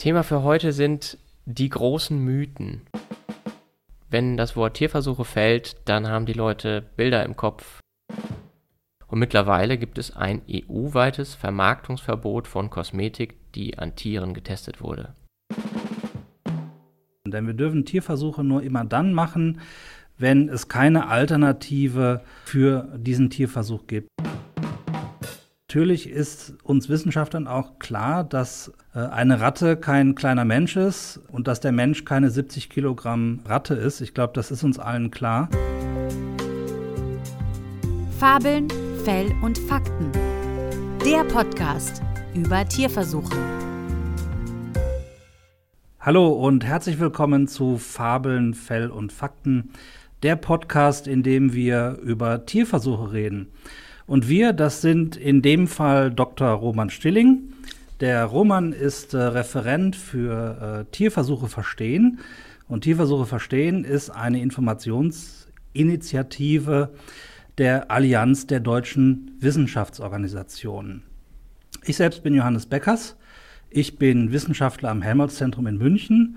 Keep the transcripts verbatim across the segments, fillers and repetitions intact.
Thema für heute sind die großen Mythen. Wenn das Wort Tierversuche fällt, dann haben die Leute Bilder im Kopf. Und mittlerweile gibt es ein E U-weites Vermarktungsverbot von Kosmetik, die an Tieren getestet wurde. Denn wir dürfen Tierversuche nur immer dann machen, wenn es keine Alternative für diesen Tierversuch gibt. Natürlich ist uns Wissenschaftlern auch klar, dass äh, eine Ratte kein kleiner Mensch ist und dass der Mensch keine siebzig Kilogramm Ratte ist. Ich glaube, das ist uns allen klar. Fabeln, Fell und Fakten. Der Podcast über Tierversuche. Hallo und herzlich willkommen zu Fabeln, Fell und Fakten. Der Podcast, in dem wir über Tierversuche reden. Und wir, das sind in dem Fall Doktor Roman Stilling. Der Roman ist äh, Referent für äh, Tierversuche verstehen. Und Tierversuche verstehen ist eine Informationsinitiative der Allianz der deutschen Wissenschaftsorganisationen. Ich selbst bin Johannes Beckers. Ich bin Wissenschaftler am Helmholtz-Zentrum in München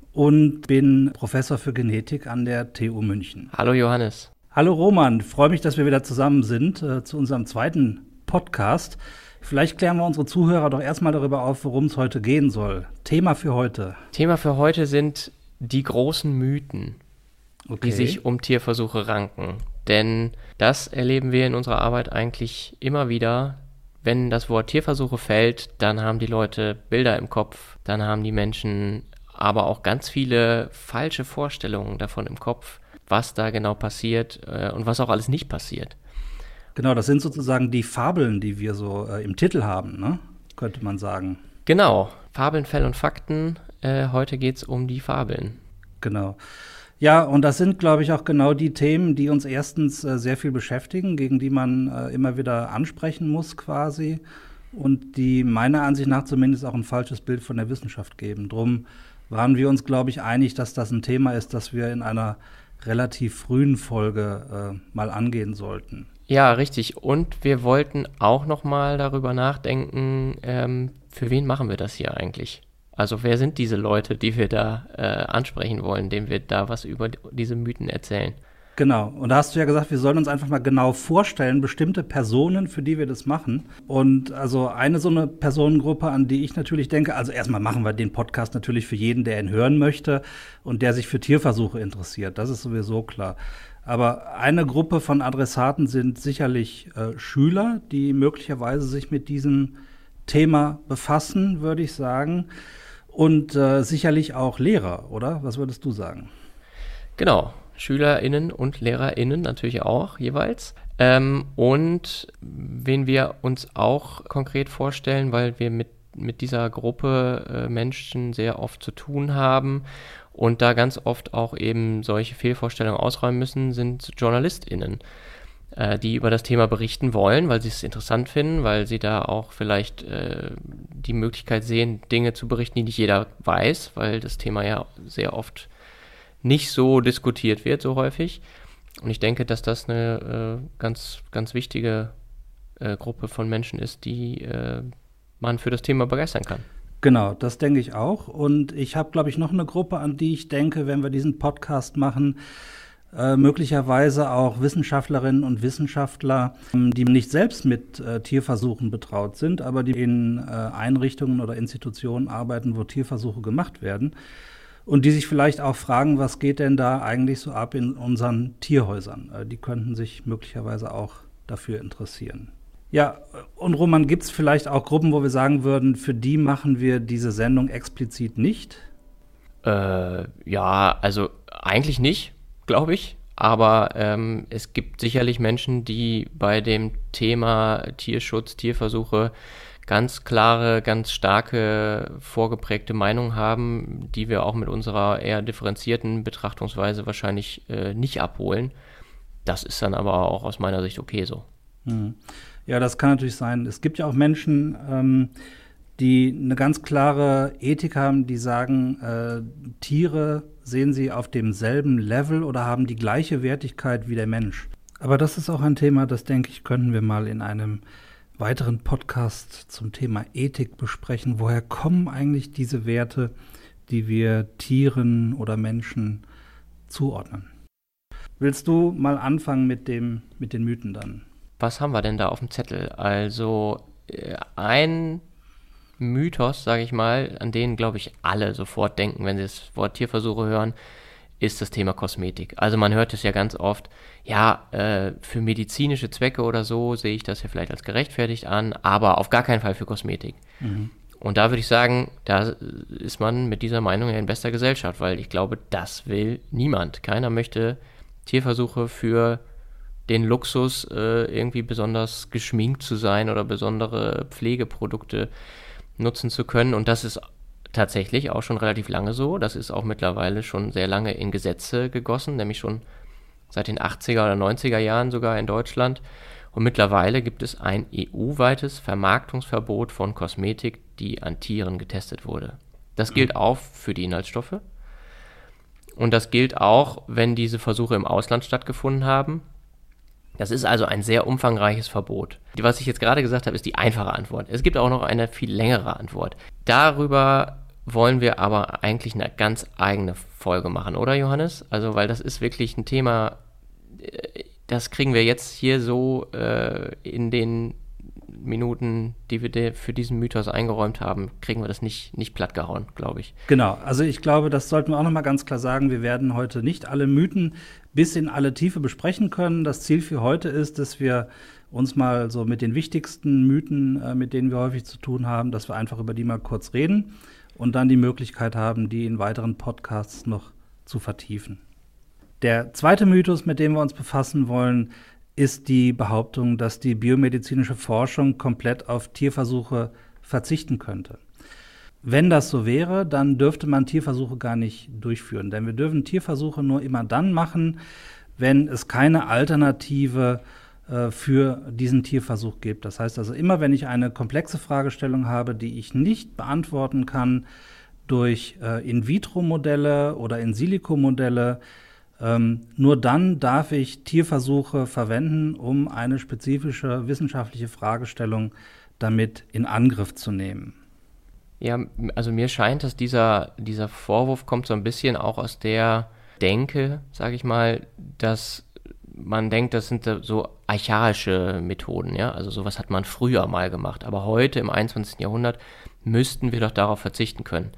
und bin Professor für Genetik an der T U München. Hallo Johannes. Hallo Roman, freue mich, dass wir wieder zusammen sind äh, zu unserem zweiten Podcast. Vielleicht klären wir unsere Zuhörer doch erstmal darüber auf, worum es heute gehen soll. Thema für heute. Thema für heute sind die großen Mythen, Okay. die sich um Tierversuche ranken. Denn das erleben wir in unserer Arbeit eigentlich immer wieder. Wenn das Wort Tierversuche fällt, dann haben die Leute Bilder im Kopf, dann haben die Menschen aber auch ganz viele falsche Vorstellungen davon im Kopf, was da genau passiert äh, und was auch alles nicht passiert. Genau, das sind sozusagen die Fabeln, die wir so äh, im Titel haben, ne? Könnte man sagen. Genau, Fabeln, Fell und Fakten. Äh, heute geht es um die Fabeln. Genau. Ja, und das sind, glaube ich, auch genau die Themen, die uns erstens äh, sehr viel beschäftigen, gegen die man äh, immer wieder ansprechen muss quasi und die meiner Ansicht nach zumindest auch ein falsches Bild von der Wissenschaft geben. Drum waren wir uns, glaube ich, einig, dass das ein Thema ist, das wir in einer relativ frühen Folge äh, mal angehen sollten. Ja, richtig. Und wir wollten auch noch mal darüber nachdenken, ähm, für wen machen wir das hier eigentlich? Also wer sind diese Leute, die wir da äh, ansprechen wollen, denen wir da was über diese Mythen erzählen? Genau. Und da hast du ja gesagt, wir sollen uns einfach mal genau vorstellen, bestimmte Personen, für die wir das machen. Und also eine so eine Personengruppe, an die ich natürlich denke, also erstmal machen wir den Podcast natürlich für jeden, der ihn hören möchte und der sich für Tierversuche interessiert. Das ist sowieso klar. Aber eine Gruppe von Adressaten sind sicherlich äh, Schüler, die möglicherweise sich mit diesem Thema befassen, würde ich sagen. Und äh, sicherlich auch Lehrer, oder? Was würdest du sagen? Genau. SchülerInnen und LehrerInnen natürlich auch jeweils. Ähm, und wen wir uns auch konkret vorstellen, weil wir mit, mit dieser Gruppe äh, Menschen sehr oft zu tun haben und da ganz oft auch eben solche Fehlvorstellungen ausräumen müssen, sind JournalistInnen, äh, die über das Thema berichten wollen, weil sie es interessant finden, weil sie da auch vielleicht äh, die Möglichkeit sehen, Dinge zu berichten, die nicht jeder weiß, weil das Thema ja sehr oft nicht so diskutiert wird, so häufig. Und ich denke, dass das eine äh, ganz, ganz wichtige äh, Gruppe von Menschen ist, die äh, man für das Thema begeistern kann. Genau, das denke ich auch. Und ich habe, glaube ich, noch eine Gruppe, an die ich denke, wenn wir diesen Podcast machen, äh, möglicherweise auch Wissenschaftlerinnen und Wissenschaftler, die nicht selbst mit äh, Tierversuchen betraut sind, aber die in äh, Einrichtungen oder Institutionen arbeiten, wo Tierversuche gemacht werden. Und die sich vielleicht auch fragen, was geht denn da eigentlich so ab in unseren Tierhäusern? Die könnten sich möglicherweise auch dafür interessieren. Ja, und Roman, gibt es vielleicht auch Gruppen, wo wir sagen würden, für die machen wir diese Sendung explizit nicht? Äh, ja, also eigentlich nicht, glaube ich. Aber ähm, es gibt sicherlich Menschen, die bei dem Thema Tierschutz, Tierversuche ganz klare, ganz starke, vorgeprägte Meinung haben, die wir auch mit unserer eher differenzierten Betrachtungsweise wahrscheinlich äh, nicht abholen. Das ist dann aber auch aus meiner Sicht okay so. Hm. Ja, das kann natürlich sein. Es gibt ja auch Menschen, ähm, die eine ganz klare Ethik haben, die sagen, äh, Tiere sehen sie auf demselben Level oder haben die gleiche Wertigkeit wie der Mensch. Aber das ist auch ein Thema, das, denke ich, könnten wir mal in einem weiteren Podcast zum Thema Ethik besprechen. Woher kommen eigentlich diese Werte, die wir Tieren oder Menschen zuordnen? Willst du mal anfangen mit dem, mit den Mythen dann? Was haben wir denn da auf dem Zettel? Also äh, ein Mythos, sage ich mal, an den, glaube ich, alle sofort denken, wenn sie das Wort Tierversuche hören, ist das Thema Kosmetik. Also man hört es ja ganz oft, ja, äh, für medizinische Zwecke oder so sehe ich das ja vielleicht als gerechtfertigt an, aber auf gar keinen Fall für Kosmetik. Mhm. Und da würde ich sagen, da ist man mit dieser Meinung ja in bester Gesellschaft, weil ich glaube, das will niemand. Keiner möchte Tierversuche für den Luxus, äh, irgendwie besonders geschminkt zu sein oder besondere Pflegeprodukte nutzen zu können. Und das ist tatsächlich auch schon relativ lange so. Das ist auch mittlerweile schon sehr lange in Gesetze gegossen, nämlich schon seit den achtziger oder neunziger Jahren sogar in Deutschland. Und mittlerweile gibt es ein E U-weites Vermarktungsverbot von Kosmetik, die an Tieren getestet wurde. Das gilt auch für die Inhaltsstoffe. Und das gilt auch, wenn diese Versuche im Ausland stattgefunden haben. Das ist also ein sehr umfangreiches Verbot. Was ich jetzt gerade gesagt habe, ist die einfache Antwort. Es gibt auch noch eine viel längere Antwort. Darüber wollen wir aber eigentlich eine ganz eigene Folge machen, oder Johannes? Also, weil das ist wirklich ein Thema, das kriegen wir jetzt hier so äh, in den Minuten, die wir für diesen Mythos eingeräumt haben, kriegen wir das nicht, nicht plattgehauen, glaube ich. Genau, also ich glaube, das sollten wir auch nochmal ganz klar sagen, wir werden heute nicht alle Mythen bis in alle Tiefe besprechen können. Das Ziel für heute ist, dass wir uns mal so mit den wichtigsten Mythen, äh, mit denen wir häufig zu tun haben, dass wir einfach über die mal kurz reden und dann die Möglichkeit haben, die in weiteren Podcasts noch zu vertiefen. Der zweite Mythos, mit dem wir uns befassen wollen, ist die Behauptung, dass die biomedizinische Forschung komplett auf Tierversuche verzichten könnte. Wenn das so wäre, dann dürfte man Tierversuche gar nicht durchführen. Denn wir dürfen Tierversuche nur immer dann machen, wenn es keine Alternative äh, für diesen Tierversuch gibt. Das heißt also immer, wenn ich eine komplexe Fragestellung habe, die ich nicht beantworten kann durch äh, In-vitro-Modelle oder In-silico-Modelle, Ähm, nur dann darf ich Tierversuche verwenden, um eine spezifische wissenschaftliche Fragestellung damit in Angriff zu nehmen. Ja, also mir scheint, dass dieser, dieser Vorwurf kommt so ein bisschen auch aus der Denke, sage ich mal, dass man denkt, das sind so archaische Methoden, ja, also sowas hat man früher mal gemacht, aber heute im einundzwanzigsten Jahrhundert müssten wir doch darauf verzichten können.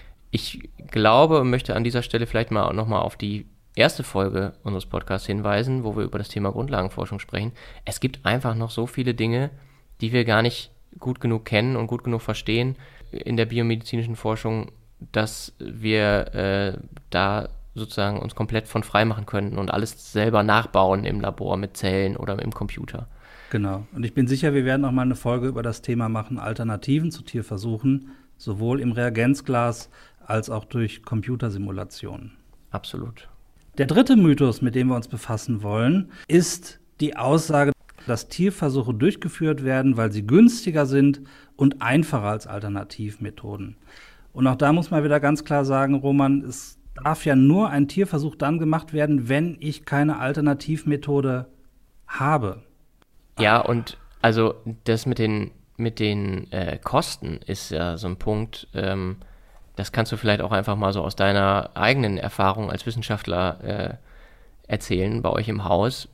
Ich glaube und möchte an dieser Stelle vielleicht mal nochmal auf die erste Folge unseres Podcasts hinweisen, wo wir über das Thema Grundlagenforschung sprechen. Es gibt einfach noch so viele Dinge, die wir gar nicht gut genug kennen und gut genug verstehen in der biomedizinischen Forschung, dass wir äh, da sozusagen uns komplett von frei machen könnten und alles selber nachbauen im Labor mit Zellen oder im Computer. Genau. Und ich bin sicher, wir werden auch mal eine Folge über das Thema machen, Alternativen zu Tierversuchen, sowohl im Reagenzglas als auch durch Computersimulationen. Absolut. Der dritte Mythos, mit dem wir uns befassen wollen, ist die Aussage, dass Tierversuche durchgeführt werden, weil sie günstiger sind und einfacher als Alternativmethoden. Und auch da muss man wieder ganz klar sagen, Roman, es darf ja nur ein Tierversuch dann gemacht werden, wenn ich keine Alternativmethode habe. Ja, und also das mit den, mit den äh, Kosten ist ja so ein Punkt, ähm, das kannst du vielleicht auch einfach mal so aus deiner eigenen Erfahrung als Wissenschaftler äh, erzählen bei euch im Haus.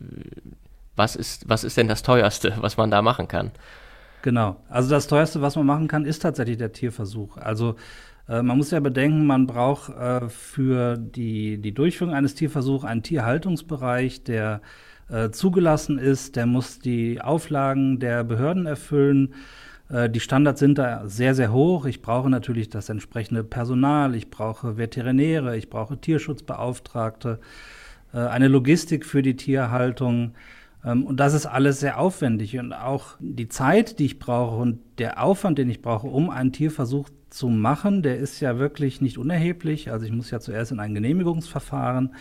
Was ist, was ist denn das Teuerste, was man da machen kann? Genau, also das Teuerste, was man machen kann, ist tatsächlich der Tierversuch. Also äh, man muss ja bedenken, man braucht äh, für die, die Durchführung eines Tierversuchs einen Tierhaltungsbereich, der äh, zugelassen ist, der muss die Auflagen der Behörden erfüllen. Die Standards sind da sehr, sehr hoch. Ich brauche natürlich das entsprechende Personal, ich brauche Veterinäre, ich brauche Tierschutzbeauftragte, eine Logistik für die Tierhaltung. Und das ist alles sehr aufwendig. Und auch die Zeit, die ich brauche und der Aufwand, den ich brauche, um einen Tierversuch zu machen, der ist ja wirklich nicht unerheblich. Also ich muss ja zuerst in ein Genehmigungsverfahren.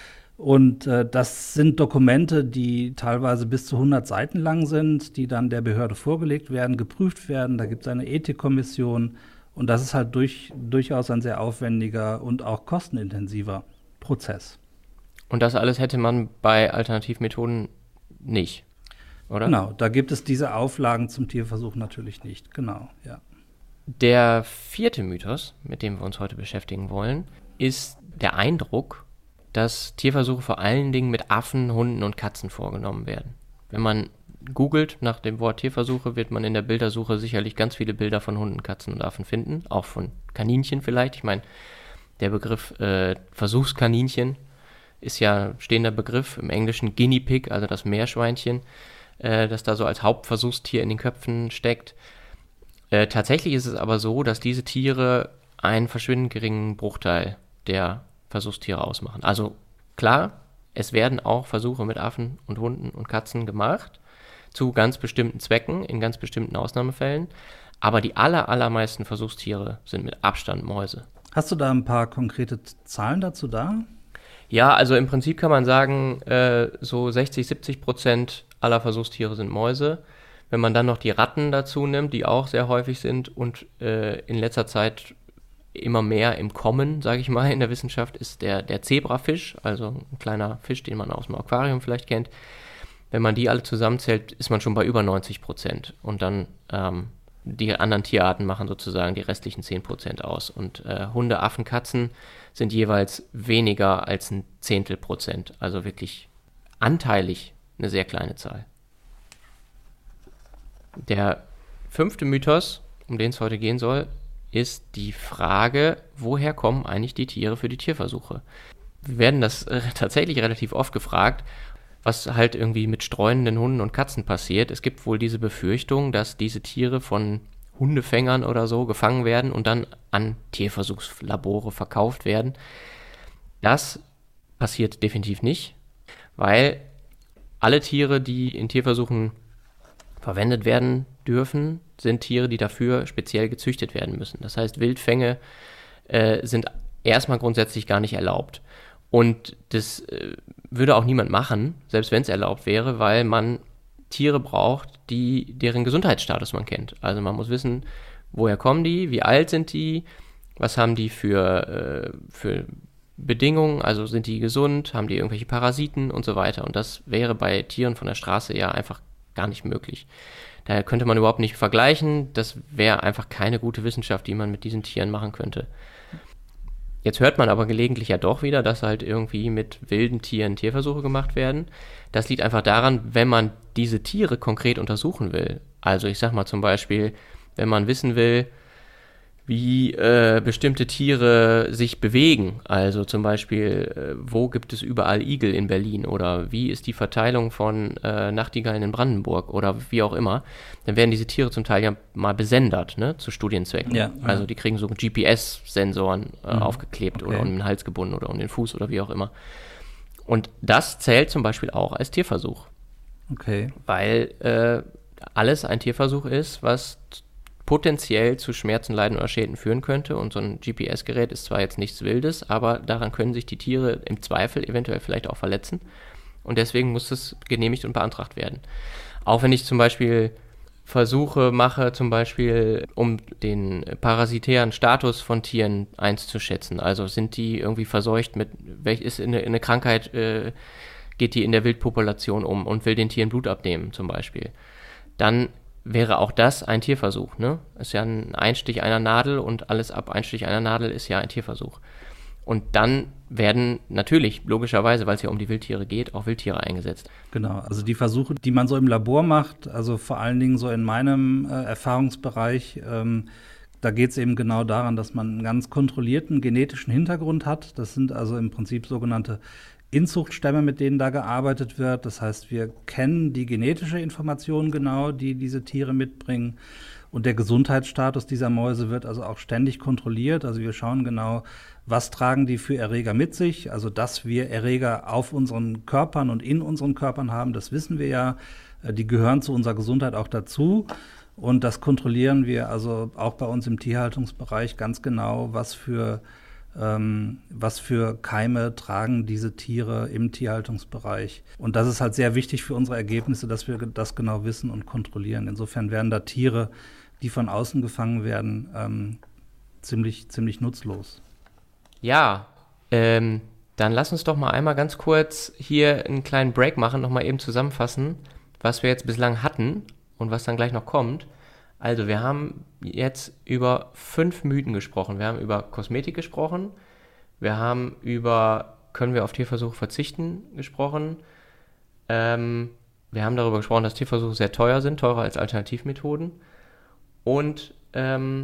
Und äh, das sind Dokumente, die teilweise bis zu hundert Seiten lang sind, die dann der Behörde vorgelegt werden, geprüft werden. Da gibt es eine Ethikkommission. Und das ist halt durch, durchaus ein sehr aufwendiger und auch kostenintensiver Prozess. Und das alles hätte man bei Alternativmethoden nicht? oder? Genau, da gibt es diese Auflagen zum Tierversuch natürlich nicht. Genau, ja. Der vierte Mythos, mit dem wir uns heute beschäftigen wollen, ist der Eindruck, dass Tierversuche vor allen Dingen mit Affen, Hunden und Katzen vorgenommen werden. Wenn man googelt nach dem Wort Tierversuche, wird man in der Bildersuche sicherlich ganz viele Bilder von Hunden, Katzen und Affen finden, auch von Kaninchen vielleicht. Ich meine, der Begriff äh, Versuchskaninchen ist ja stehender Begriff, im Englischen Guinea Pig, also das Meerschweinchen, äh, das da so als Hauptversuchstier in den Köpfen steckt. Äh, tatsächlich ist es aber so, dass diese Tiere einen verschwindend geringen Bruchteil der Versuchstiere ausmachen. Also klar, es werden auch Versuche mit Affen und Hunden und Katzen gemacht, zu ganz bestimmten Zwecken, in ganz bestimmten Ausnahmefällen, aber die aller, allermeisten Versuchstiere sind mit Abstand Mäuse. Hast du da ein paar konkrete Zahlen dazu da? Ja, also im Prinzip kann man sagen, äh, so sechzig, siebzig Prozent aller Versuchstiere sind Mäuse. Wenn man dann noch die Ratten dazu nimmt, die auch sehr häufig sind und äh, in letzter Zeit immer mehr im Kommen, sage ich mal, in der Wissenschaft, ist der, der Zebrafisch, also ein kleiner Fisch, den man aus dem Aquarium vielleicht kennt. Wenn man die alle zusammenzählt, ist man schon bei über neunzig Prozent. Und dann ähm, die anderen Tierarten machen sozusagen die restlichen zehn Prozent aus. Und äh, Hunde, Affen, Katzen sind jeweils weniger als ein Zehntel Prozent. Also wirklich anteilig eine sehr kleine Zahl. Der fünfte Mythos, um den es heute gehen soll, ist die Frage, woher kommen eigentlich die Tiere für die Tierversuche? Wir werden das äh, tatsächlich relativ oft gefragt, was halt irgendwie mit streunenden Hunden und Katzen passiert. Es gibt wohl diese Befürchtung, dass diese Tiere von Hundefängern oder so gefangen werden und dann an Tierversuchslabore verkauft werden. Das passiert definitiv nicht, weil alle Tiere, die in Tierversuchen verwendet werden dürfen, sind Tiere, die dafür speziell gezüchtet werden müssen. Das heißt, Wildfänge äh, sind erstmal grundsätzlich gar nicht erlaubt. Und das äh, würde auch niemand machen, selbst wenn es erlaubt wäre, weil man Tiere braucht, die deren Gesundheitsstatus man kennt. Also man muss wissen, woher kommen die, wie alt sind die, was haben die für, äh, für Bedingungen, also sind die gesund, haben die irgendwelche Parasiten und so weiter. Und das wäre bei Tieren von der Straße ja einfach gar nicht möglich. Daher könnte man überhaupt nicht vergleichen. Das wäre einfach keine gute Wissenschaft, die man mit diesen Tieren machen könnte. Jetzt hört man aber gelegentlich ja doch wieder, dass halt irgendwie mit wilden Tieren Tierversuche gemacht werden. Das liegt einfach daran, wenn man diese Tiere konkret untersuchen will. Also ich sag mal zum Beispiel, wenn man wissen will, wie äh, bestimmte Tiere sich bewegen. Also zum Beispiel, äh, wo gibt es überall Igel in Berlin oder wie ist die Verteilung von äh, Nachtigallen in Brandenburg oder wie auch immer. Dann werden diese Tiere zum Teil ja mal besendert, ne, zu Studienzwecken. Ja, ja. Also die kriegen so G P S-Sensoren äh, mhm. aufgeklebt okay. oder um den Hals gebunden oder um den Fuß oder wie auch immer. Und das zählt zum Beispiel auch als Tierversuch. Okay. Weil äh, alles ein Tierversuch ist, was potenziell zu Schmerzen, Leiden oder Schäden führen könnte. Und so ein G P S-Gerät ist zwar jetzt nichts Wildes, aber daran können sich die Tiere im Zweifel eventuell vielleicht auch verletzen. Und deswegen muss es genehmigt und beantragt werden. Auch wenn ich zum Beispiel Versuche mache, zum Beispiel um den parasitären Status von Tieren einzuschätzen. Also sind die irgendwie verseucht mit, welch ist eine, eine Krankheit, äh, geht die in der Wildpopulation um und will den Tieren Blut abnehmen zum Beispiel. Dann wäre auch das ein Tierversuch, ne? Ist ja ein Einstich einer Nadel und alles ab Einstich einer Nadel ist ja ein Tierversuch. Und dann werden natürlich, logischerweise, weil es ja um die Wildtiere geht, auch Wildtiere eingesetzt. Genau, also die Versuche, die man so im Labor macht, also vor allen Dingen so in meinem äh, Erfahrungsbereich, ähm, da geht es eben genau daran, dass man einen ganz kontrollierten genetischen Hintergrund hat. Das sind also im Prinzip sogenannte Inzuchtstämme, mit denen da gearbeitet wird. Das heißt, wir kennen die genetische Information genau, die diese Tiere mitbringen. Und der Gesundheitsstatus dieser Mäuse wird also auch ständig kontrolliert. Also wir schauen genau, was tragen die für Erreger mit sich. Also dass wir Erreger auf unseren Körpern und in unseren Körpern haben, das wissen wir ja. Die gehören zu unserer Gesundheit auch dazu. Und das kontrollieren wir also auch bei uns im Tierhaltungsbereich ganz genau, was für Ähm, was für Keime tragen diese Tiere im Tierhaltungsbereich. Und das ist halt sehr wichtig für unsere Ergebnisse, dass wir das genau wissen und kontrollieren. Insofern werden da Tiere, die von außen gefangen werden, ähm, ziemlich, ziemlich nutzlos. Ja, ähm, dann lass uns doch mal einmal ganz kurz hier einen kleinen Break machen, nochmal eben zusammenfassen, was wir jetzt bislang hatten und was dann gleich noch kommt. Also wir haben jetzt über fünf Mythen gesprochen. Wir haben über Kosmetik gesprochen. Wir haben über, können wir auf Tierversuche verzichten, gesprochen. Ähm, wir haben darüber gesprochen, dass Tierversuche sehr teuer sind, teurer als Alternativmethoden. Und ähm,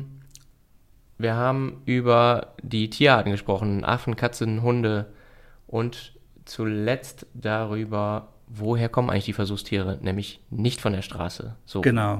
wir haben über die Tierarten gesprochen, Affen, Katzen, Hunde und zuletzt darüber, woher kommen eigentlich die Versuchstiere, nämlich nicht von der Straße. So. Genau.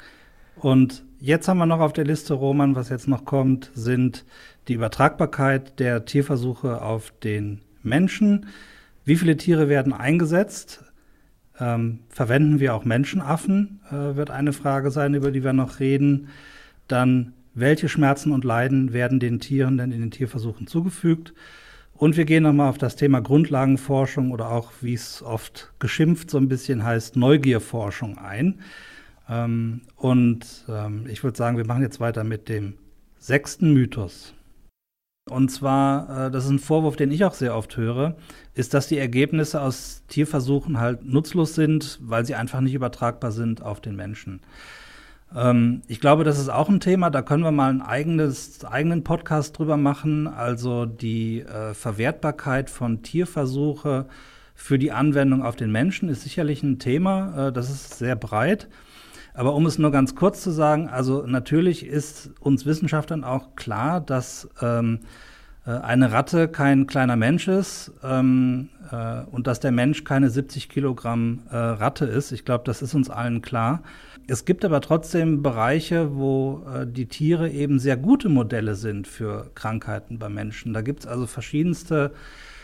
Und jetzt haben wir noch auf der Liste, Roman, was jetzt noch kommt, sind die Übertragbarkeit der Tierversuche auf den Menschen. Wie viele Tiere werden eingesetzt? Ähm, verwenden wir auch Menschenaffen, äh, wird eine Frage sein, über die wir noch reden. Dann, welche Schmerzen und Leiden werden den Tieren denn in den Tierversuchen zugefügt? Und wir gehen nochmal auf das Thema Grundlagenforschung oder auch, wie es oft geschimpft so ein bisschen heißt, Neugierforschung ein. Ähm, und ähm, ich würde sagen, wir machen jetzt weiter mit dem sechsten Mythos. Und zwar, äh, das ist ein Vorwurf, den ich auch sehr oft höre, ist, dass die Ergebnisse aus Tierversuchen halt nutzlos sind, weil sie einfach nicht übertragbar sind auf den Menschen. Ähm, ich glaube, das ist auch ein Thema, da können wir mal einen eigenes, eigenen Podcast drüber machen. Also die äh, Verwertbarkeit von Tierversuche für die Anwendung auf den Menschen ist sicherlich ein Thema, äh, das ist sehr breit. Aber um es nur ganz kurz zu sagen, also natürlich ist uns Wissenschaftlern auch klar, dass ähm, eine Ratte kein kleiner Mensch ist ähm, äh, und dass der Mensch keine siebzig Kilogramm äh, Ratte ist. Ich glaube, das ist uns allen klar. Es gibt aber trotzdem Bereiche, wo äh, die Tiere eben sehr gute Modelle sind für Krankheiten bei Menschen. Da gibt es also verschiedenste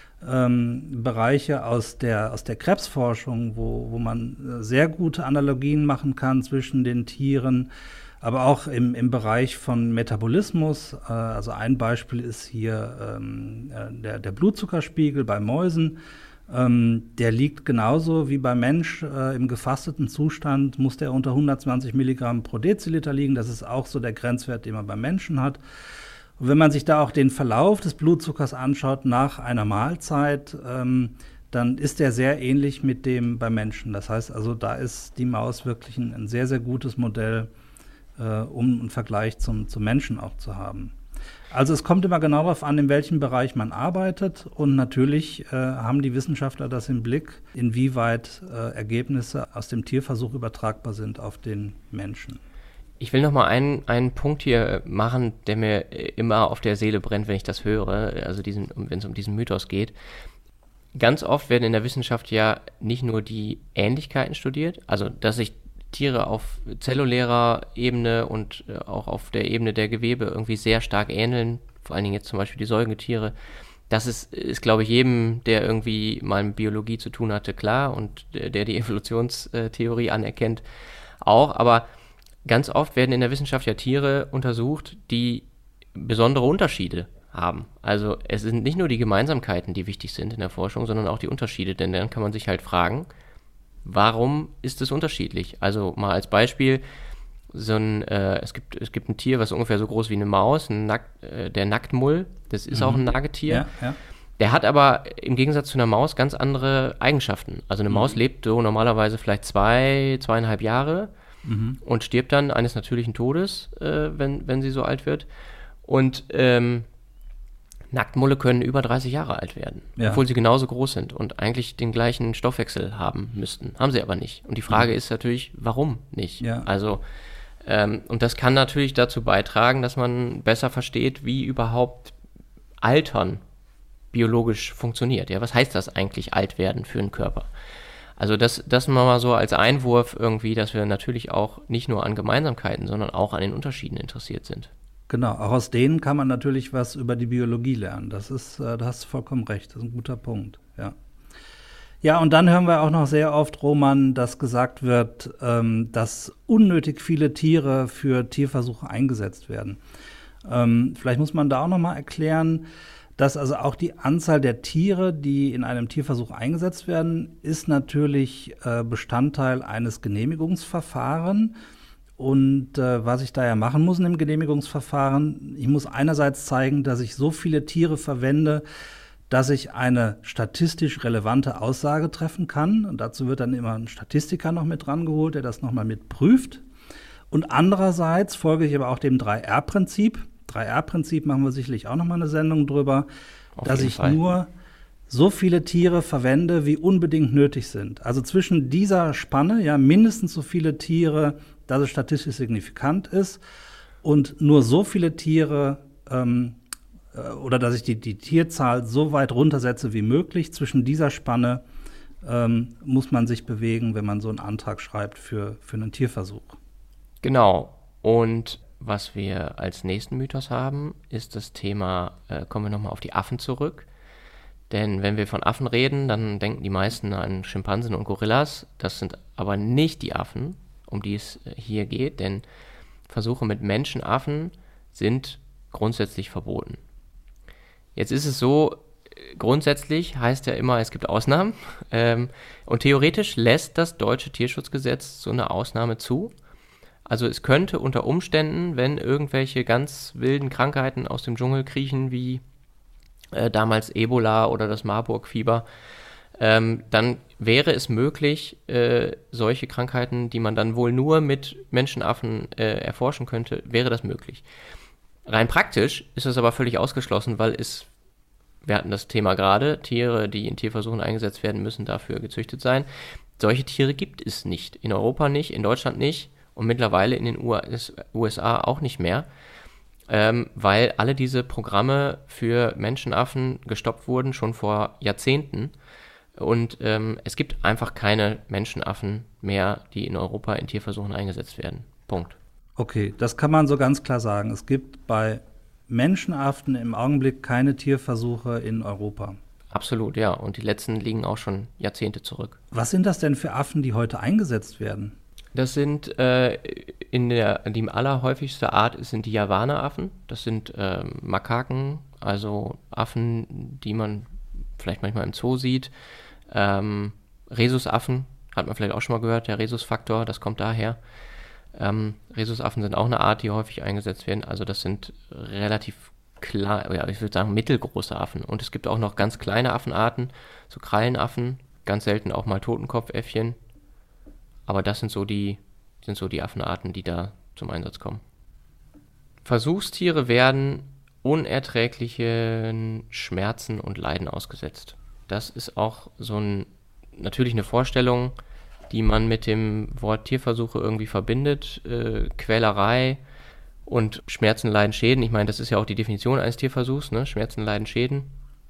Ähm, Bereiche aus der, aus der Krebsforschung, wo, wo man sehr gute Analogien machen kann zwischen den Tieren, aber auch im, im Bereich von Metabolismus. Äh, also ein Beispiel ist hier ähm, der, der Blutzuckerspiegel bei Mäusen. Ähm, der liegt genauso wie beim Mensch äh, im gefasteten Zustand, muss der unter hundertzwanzig Milligramm pro Deziliter liegen. Das ist auch so der Grenzwert, den man beim Menschen hat. Und wenn man sich da auch den Verlauf des Blutzuckers anschaut nach einer Mahlzeit, ähm, dann ist der sehr ähnlich mit dem beim Menschen. Das heißt also, da ist die Maus wirklich ein, ein sehr, sehr gutes Modell, äh, um einen Vergleich zum, zum Menschen auch zu haben. Also es kommt immer genau darauf an, in welchem Bereich man arbeitet. Und natürlich äh, haben die Wissenschaftler das im Blick, inwieweit äh, Ergebnisse aus dem Tierversuch übertragbar sind auf den Menschen. Ich will noch mal einen, einen Punkt hier machen, der mir immer auf der Seele brennt, wenn ich das höre, also diesen, wenn es um diesen Mythos geht. Ganz oft werden in der Wissenschaft ja nicht nur die Ähnlichkeiten studiert, also dass sich Tiere auf zellulärer Ebene und auch auf der Ebene der Gewebe irgendwie sehr stark ähneln, vor allen Dingen jetzt zum Beispiel die Säugetiere. Das ist, ist glaube ich, jedem, der irgendwie mal mit Biologie zu tun hatte, klar und der, der die Evolutionstheorie anerkennt, auch, aber ganz oft werden in der Wissenschaft ja Tiere untersucht, die besondere Unterschiede haben. Also es sind nicht nur die Gemeinsamkeiten, die wichtig sind in der Forschung, sondern auch die Unterschiede. Denn dann kann man sich halt fragen, warum ist es unterschiedlich? Also mal als Beispiel, so ein, äh, es gibt, es gibt ein Tier, was ungefähr so groß wie eine Maus, ein Nackt, äh, der Nacktmull, das ist mhm. auch ein Nagetier. Ja, ja. Der hat aber im Gegensatz zu einer Maus ganz andere Eigenschaften. Also eine mhm. Maus lebt so normalerweise vielleicht zwei, zweieinhalb Jahre, Mhm. und stirbt dann eines natürlichen Todes, äh, wenn, wenn sie so alt wird. Und ähm, Nacktmulle können über dreißig Jahre alt werden, ja. obwohl sie genauso groß sind und eigentlich den gleichen Stoffwechsel haben müssten. Haben sie aber nicht. Und die Frage mhm. ist natürlich, warum nicht? Ja. Also, ähm, und das kann natürlich dazu beitragen, dass man besser versteht, wie überhaupt Altern biologisch funktioniert. Ja, was heißt das eigentlich, alt werden für einen Körper? Also das, das mal so als Einwurf irgendwie, dass wir natürlich auch nicht nur an Gemeinsamkeiten, sondern auch an den Unterschieden interessiert sind. Genau, auch aus denen kann man natürlich was über die Biologie lernen. Das ist, äh, da hast du vollkommen recht, das ist ein guter Punkt, ja. Ja, und dann hören wir auch noch sehr oft, Roman, dass gesagt wird, ähm, dass unnötig viele Tiere für Tierversuche eingesetzt werden. Ähm, vielleicht muss man da auch noch mal erklären, dass also auch die Anzahl der Tiere, die in einem Tierversuch eingesetzt werden, ist natürlich äh, Bestandteil eines Genehmigungsverfahrens. Und äh, was ich da ja machen muss in dem Genehmigungsverfahren, ich muss einerseits zeigen, dass ich so viele Tiere verwende, dass ich eine statistisch relevante Aussage treffen kann. Und dazu wird dann immer ein Statistiker noch mit rangeholt, der das nochmal mit prüft. Und andererseits folge ich aber auch dem drei R Prinzip. drei R Prinzip machen wir sicherlich auch nochmal eine Sendung drüber, Auf dass jeden ich Fall. nur so viele Tiere verwende, wie unbedingt nötig sind. Also zwischen dieser Spanne, ja, mindestens so viele Tiere, dass es statistisch signifikant ist, und nur so viele Tiere, ähm, äh, oder dass ich die, die Tierzahl so weit runtersetze wie möglich. Zwischen dieser Spanne ähm, muss man sich bewegen, wenn man so einen Antrag schreibt für, für einen Tierversuch. Genau. Und was wir als nächsten Mythos haben, ist das Thema, äh, kommen wir nochmal auf die Affen zurück. Denn wenn wir von Affen reden, dann denken die meisten an Schimpansen und Gorillas. Das sind aber nicht die Affen, um die es hier geht, denn Versuche mit Menschenaffen sind grundsätzlich verboten. Jetzt ist es so, grundsätzlich heißt ja immer, es gibt Ausnahmen. Ähm, und theoretisch lässt das deutsche Tierschutzgesetz so eine Ausnahme zu. Also es könnte unter Umständen, wenn irgendwelche ganz wilden Krankheiten aus dem Dschungel kriechen, wie Äh, damals Ebola oder das Marburg-Fieber, ähm, dann wäre es möglich, äh, solche Krankheiten, die man dann wohl nur mit Menschenaffen äh, erforschen könnte, wäre das möglich. Rein praktisch ist das aber völlig ausgeschlossen, weil es, wir hatten das Thema gerade, Tiere, die in Tierversuchen eingesetzt werden, müssen dafür gezüchtet sein. Solche Tiere gibt es nicht. In Europa nicht, in Deutschland nicht und mittlerweile in den U S A auch nicht mehr. Ähm, weil alle diese Programme für Menschenaffen gestoppt wurden, schon vor Jahrzehnten. Und ähm, es gibt einfach keine Menschenaffen mehr, die in Europa in Tierversuchen eingesetzt werden. Punkt. Okay, das kann man so ganz klar sagen. Es gibt bei Menschenaffen im Augenblick keine Tierversuche in Europa. Absolut, ja. Und die letzten liegen auch schon Jahrzehnte zurück. Was sind das denn für Affen, die heute eingesetzt werden? Das sind äh, in der die allerhäufigste Art sind die Javana-Affen. Das sind äh, Makaken, also Affen, die man vielleicht manchmal im Zoo sieht. Ähm, Rhesusaffen, hat man vielleicht auch schon mal gehört, der Rhesusfaktor, das kommt daher. Ähm, Rhesusaffen sind auch eine Art, die häufig eingesetzt werden. Also das sind relativ klar, ja, ich würde sagen mittelgroße Affen. Und es gibt auch noch ganz kleine Affenarten, so Krallenaffen, ganz selten auch mal Totenkopfäffchen. Aber das sind so die, sind so die Affenarten, die da zum Einsatz kommen. Versuchstiere werden unerträglichen Schmerzen und Leiden ausgesetzt. Das ist auch so ein, natürlich eine Vorstellung, die man mit dem Wort Tierversuche irgendwie verbindet. Äh, Quälerei und Schmerzen, Leiden, Schäden. Ich meine, das ist ja auch die Definition eines Tierversuchs, ne? Schmerzen, Leiden, Schäden.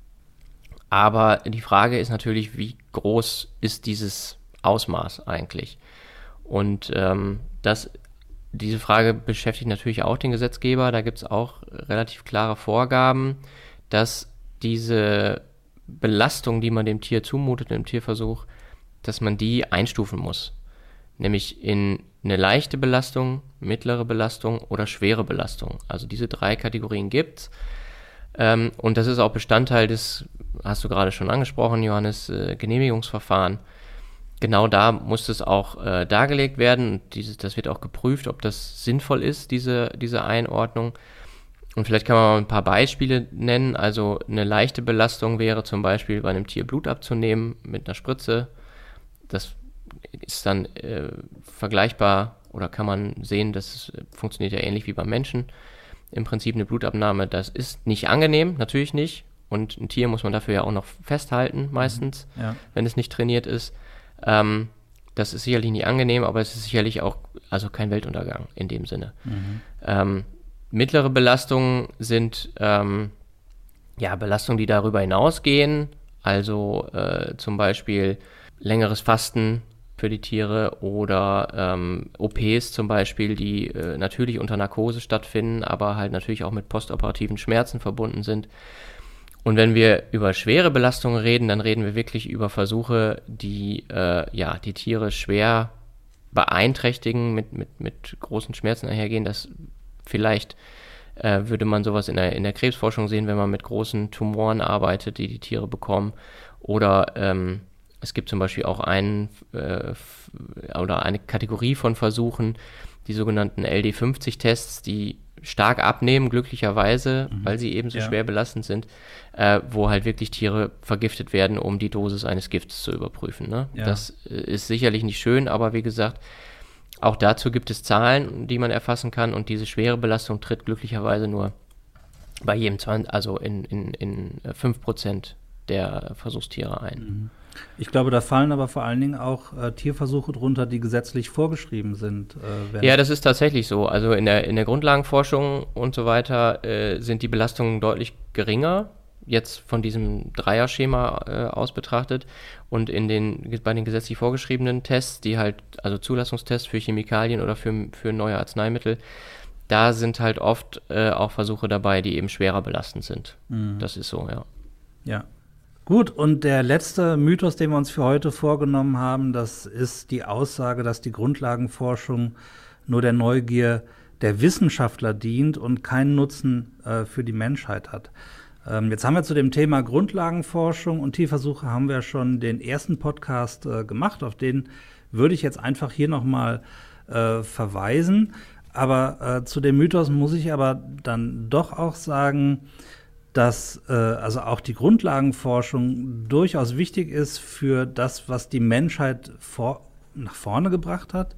Aber die Frage ist natürlich, wie groß ist dieses Ausmaß eigentlich? Und ähm, das, diese Frage beschäftigt natürlich auch den Gesetzgeber. Da gibt es auch relativ klare Vorgaben, dass diese Belastung, die man dem Tier zumutet im Tierversuch, dass man die einstufen muss. Nämlich in eine leichte Belastung, mittlere Belastung oder schwere Belastung. Also diese drei Kategorien gibt's. Ähm, und das ist auch Bestandteil des, hast du gerade schon angesprochen, Johannes, äh, Genehmigungsverfahren. Genau da muss es auch äh, dargelegt werden. Und dieses, das wird auch geprüft, ob das sinnvoll ist, diese, diese Einordnung. Und vielleicht kann man mal ein paar Beispiele nennen. Also eine leichte Belastung wäre zum Beispiel bei einem Tier Blut abzunehmen mit einer Spritze. Das ist dann äh, vergleichbar oder kann man sehen, das funktioniert ja ähnlich wie beim Menschen. Im Prinzip eine Blutabnahme, das ist nicht angenehm, natürlich nicht. Und ein Tier muss man dafür ja auch noch festhalten meistens, ja. wenn es nicht trainiert ist. Ähm, das ist sicherlich nicht angenehm, aber es ist sicherlich auch also kein Weltuntergang in dem Sinne. Mhm. Ähm, mittlere Belastungen sind ähm, ja Belastungen, die darüber hinausgehen. Also äh, zum Beispiel längeres Fasten für die Tiere oder ähm, O Ps zum Beispiel, die äh, natürlich unter Narkose stattfinden, aber halt natürlich auch mit postoperativen Schmerzen verbunden sind. Und wenn wir über schwere Belastungen reden, dann reden wir wirklich über Versuche, die äh, ja die Tiere schwer beeinträchtigen, mit, mit, mit großen Schmerzen einhergehen. Das vielleicht äh, würde man sowas in der, in der Krebsforschung sehen, wenn man mit großen Tumoren arbeitet, die die Tiere bekommen. Oder ähm, es gibt zum Beispiel auch einen äh, oder eine Kategorie von Versuchen, die sogenannten L D fünfzig Tests, die stark abnehmen, glücklicherweise, mhm. weil sie eben so ja. schwer belastend sind, äh, wo halt wirklich Tiere vergiftet werden, um die Dosis eines Gifts zu überprüfen. Ne? Ja. Das ist sicherlich nicht schön, aber wie gesagt, auch dazu gibt es Zahlen, die man erfassen kann, und diese schwere Belastung tritt glücklicherweise nur bei jedem zwanzig, also in, in, in fünf Prozent der Versuchstiere ein. Ich glaube, da fallen aber vor allen Dingen auch äh, Tierversuche drunter, die gesetzlich vorgeschrieben sind. Äh, wenn ja, das ist tatsächlich so. Also in der, in der Grundlagenforschung und so weiter äh, sind die Belastungen deutlich geringer, jetzt von diesem Dreierschema äh, aus betrachtet. Und in den, bei den gesetzlich vorgeschriebenen Tests, die halt, also Zulassungstests für Chemikalien oder für, für neue Arzneimittel, da sind halt oft äh, auch Versuche dabei, die eben schwerer belastend sind. Mhm. Das ist so, ja. Ja. Gut, und der letzte Mythos, den wir uns für heute vorgenommen haben, das ist die Aussage, dass die Grundlagenforschung nur der Neugier der Wissenschaftler dient und keinen Nutzen äh, für die Menschheit hat. Ähm, jetzt haben wir zu dem Thema Grundlagenforschung und Tierversuche haben wir schon den ersten Podcast äh, gemacht, auf den würde ich jetzt einfach hier nochmal äh, verweisen. Aber äh, zu dem Mythos muss ich aber dann doch auch sagen, dass äh, also auch die Grundlagenforschung durchaus wichtig ist für das, was die Menschheit vor, nach vorne gebracht hat,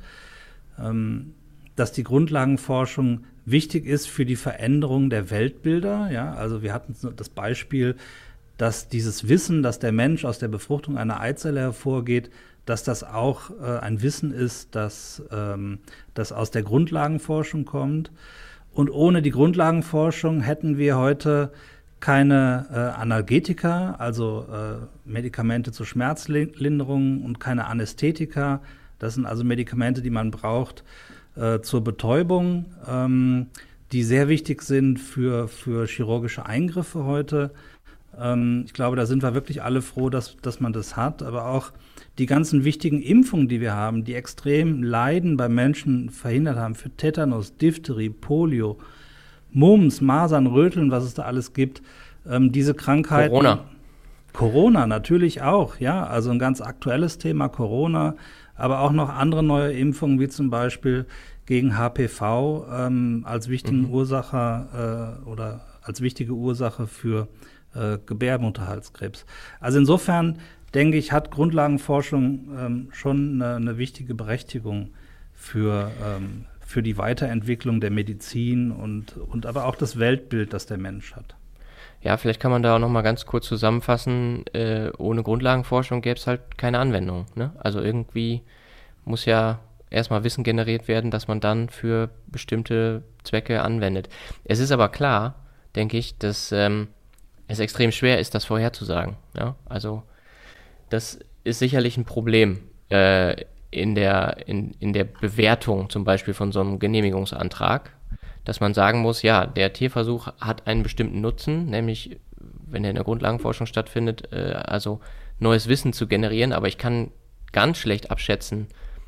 ähm, dass die Grundlagenforschung wichtig ist für die Veränderung der Weltbilder. Ja? Also wir hatten das Beispiel, dass dieses Wissen, dass der Mensch aus der Befruchtung einer Eizelle hervorgeht, dass das auch äh, ein Wissen ist, das, ähm, das aus der Grundlagenforschung kommt. Und ohne die Grundlagenforschung hätten wir heute keine äh, Analgetika, also äh, Medikamente zur Schmerzlinderung, und keine Anästhetika. Das sind also Medikamente, die man braucht äh, zur Betäubung, ähm, die sehr wichtig sind für, für chirurgische Eingriffe heute. Ähm, ich glaube, da sind wir wirklich alle froh, dass, dass man das hat. Aber auch die ganzen wichtigen Impfungen, die wir haben, die extrem Leiden bei Menschen verhindert haben, für Tetanus, Diphtherie, Polio, Mumps, Masern, Röteln, was es da alles gibt, ähm, diese Krankheiten. Corona. Corona natürlich auch, ja, also ein ganz aktuelles Thema, Corona, aber auch noch andere neue Impfungen, wie zum Beispiel gegen H P V ähm, als wichtigen mhm. Ursache äh, oder als wichtige Ursache für äh, Gebärmutterhalskrebs. Also insofern denke ich, hat Grundlagenforschung ähm, schon eine, eine wichtige Berechtigung für ähm, für die Weiterentwicklung der Medizin und, und aber auch das Weltbild, das der Mensch hat. Ja, vielleicht kann man da auch noch mal ganz kurz zusammenfassen, äh, ohne Grundlagenforschung gäbe es halt keine Anwendung. Ne? Also irgendwie muss ja erstmal Wissen generiert werden, dass man dann für bestimmte Zwecke anwendet. Es ist aber klar, denke ich, dass ähm, es extrem schwer ist, das vorherzusagen. Ja? Also das ist sicherlich ein Problem äh, in der, in, in der Bewertung zum Beispiel von so einem Genehmigungsantrag, dass man sagen muss, ja, der Tierversuch hat einen bestimmten Nutzen, nämlich, wenn er in der Grundlagenforschung stattfindet, äh, also neues Wissen zu generieren, aber ich kann ganz schlecht abschätzen,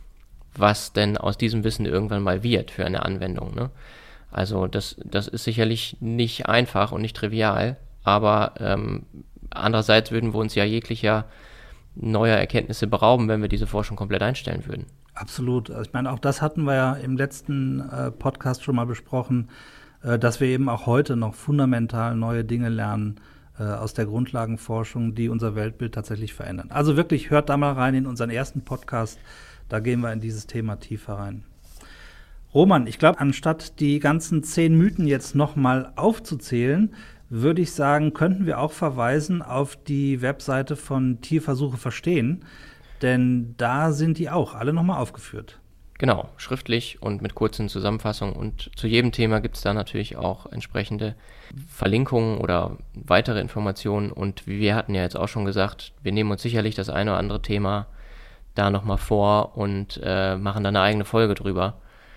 was denn aus diesem Wissen irgendwann mal wird für eine Anwendung. Ne? Also das, das ist sicherlich nicht einfach und nicht trivial, aber ähm, andererseits würden wir uns ja jeglicher neuer Erkenntnisse berauben, wenn wir diese Forschung komplett einstellen würden. Absolut. Also ich meine, auch das hatten wir ja im letzten äh, Podcast schon mal besprochen, äh, dass wir eben auch heute noch fundamental neue Dinge lernen äh, aus der Grundlagenforschung, die unser Weltbild tatsächlich verändern. Also wirklich, hört da mal rein in unseren ersten Podcast, da gehen wir in dieses Thema tiefer rein. Roman, ich glaube, anstatt die ganzen zehn Mythen jetzt nochmal aufzuzählen, würde ich sagen, könnten wir auch verweisen auf die Webseite von Tierversuche verstehen, denn da sind die auch alle nochmal aufgeführt. Genau, schriftlich und mit kurzen Zusammenfassungen, und zu jedem Thema gibt es da natürlich auch entsprechende Verlinkungen oder weitere Informationen, und wir hatten ja jetzt auch schon gesagt, wir nehmen uns sicherlich das eine oder andere Thema da nochmal vor und äh, machen da eine eigene Folge drüber,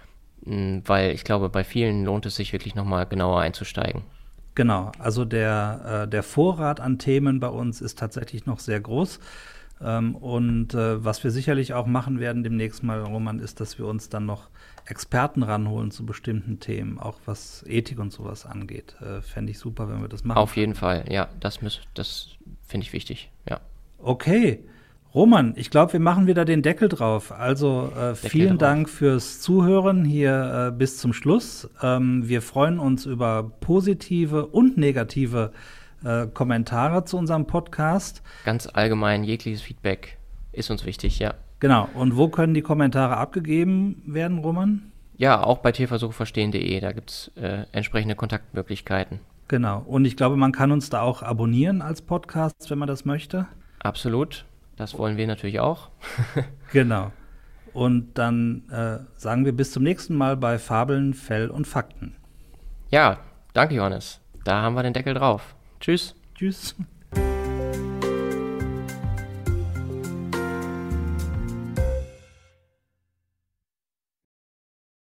weil ich glaube, bei vielen lohnt es sich wirklich nochmal genauer einzusteigen. Genau, also der, äh, der Vorrat an Themen bei uns ist tatsächlich noch sehr groß. Ähm, und äh, was wir sicherlich auch machen werden demnächst mal, Roman, ist, dass wir uns dann noch Experten ranholen zu bestimmten Themen, auch was Ethik und sowas angeht. Äh, fände ich super, wenn wir das machen. Auf jeden Fall, ja, das, müß, das finde ich wichtig, ja. Okay, Roman, ich glaube, wir machen wieder den Deckel drauf. Also äh, vielen drauf. Dank fürs Zuhören hier äh, bis zum Schluss. Ähm, wir freuen uns über positive und negative äh, Kommentare zu unserem Podcast. Ganz allgemein, jegliches Feedback ist uns wichtig, ja. Genau. Und wo können die Kommentare abgegeben werden, Roman? Ja, auch bei tierversucheverstehen punkt de. Da gibt es äh, entsprechende Kontaktmöglichkeiten. Genau. Und ich glaube, man kann uns da auch abonnieren als Podcast, wenn man das möchte. Absolut. Das wollen wir natürlich auch. Genau. Und dann äh, sagen wir bis zum nächsten Mal bei Fabeln, Fell und Fakten. Ja, danke Johannes. Da haben wir den Deckel drauf. Tschüss. Tschüss.